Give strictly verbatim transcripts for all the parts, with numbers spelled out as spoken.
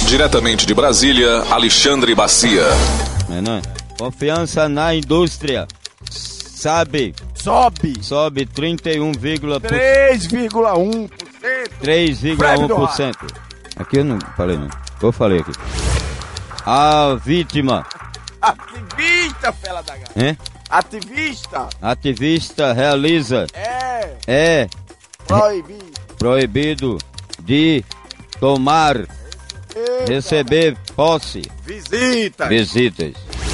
Diretamente de Brasília, Alexandre Bacia. É, não é? Confiança na indústria. Sabe? Sobe. Sobe trinta e um vírgula um por cento. três vírgula um por cento. três vírgula um por cento. Aqui eu não falei não. Eu falei aqui. A vítima. Ativista, fela da gata. É? Ativista. Ativista realiza. É. É. Proibido. Proibido de tomar, Eita. receber posse, Visitas. visitas.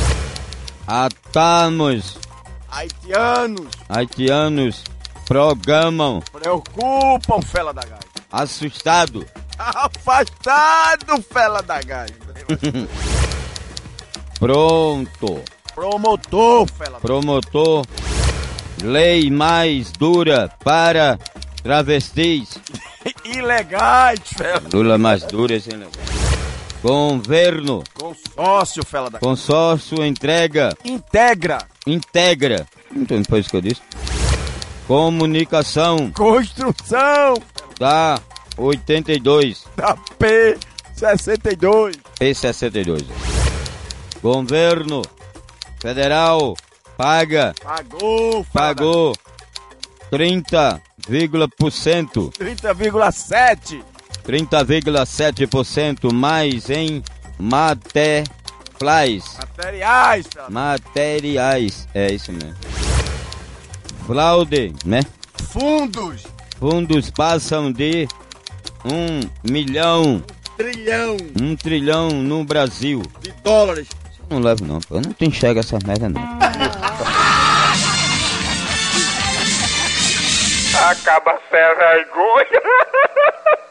Atamos, Haitianos. haitianos programam, Preocupam, fela da gata. assustado. Afastado, fela da gata. Pronto. Promotor, fela da Promotor, lei mais dura para travestis. Ilegais, fela. Lula mais dura, sem legal. Governo, Consórcio, fela da gata. consórcio entrega, Integra. integra. Então, foi isso que eu disse. Comunicação Construção da oitenta e dois, da P sessenta e dois. P sessenta e dois. Governo federal paga, Pagou, fela pagou trinta vírgula por cento, trinta vírgula sete. trinta vírgula sete por cento mais em materiais, Materiais, fela. materiais, é isso mesmo. Fraude, né? Fundos. Fundos passam de um milhão, Trilhão um trilhão no Brasil. de dólares. Não levo não, pô. Eu não te enxergo essa merda não. Acaba sem vergonha.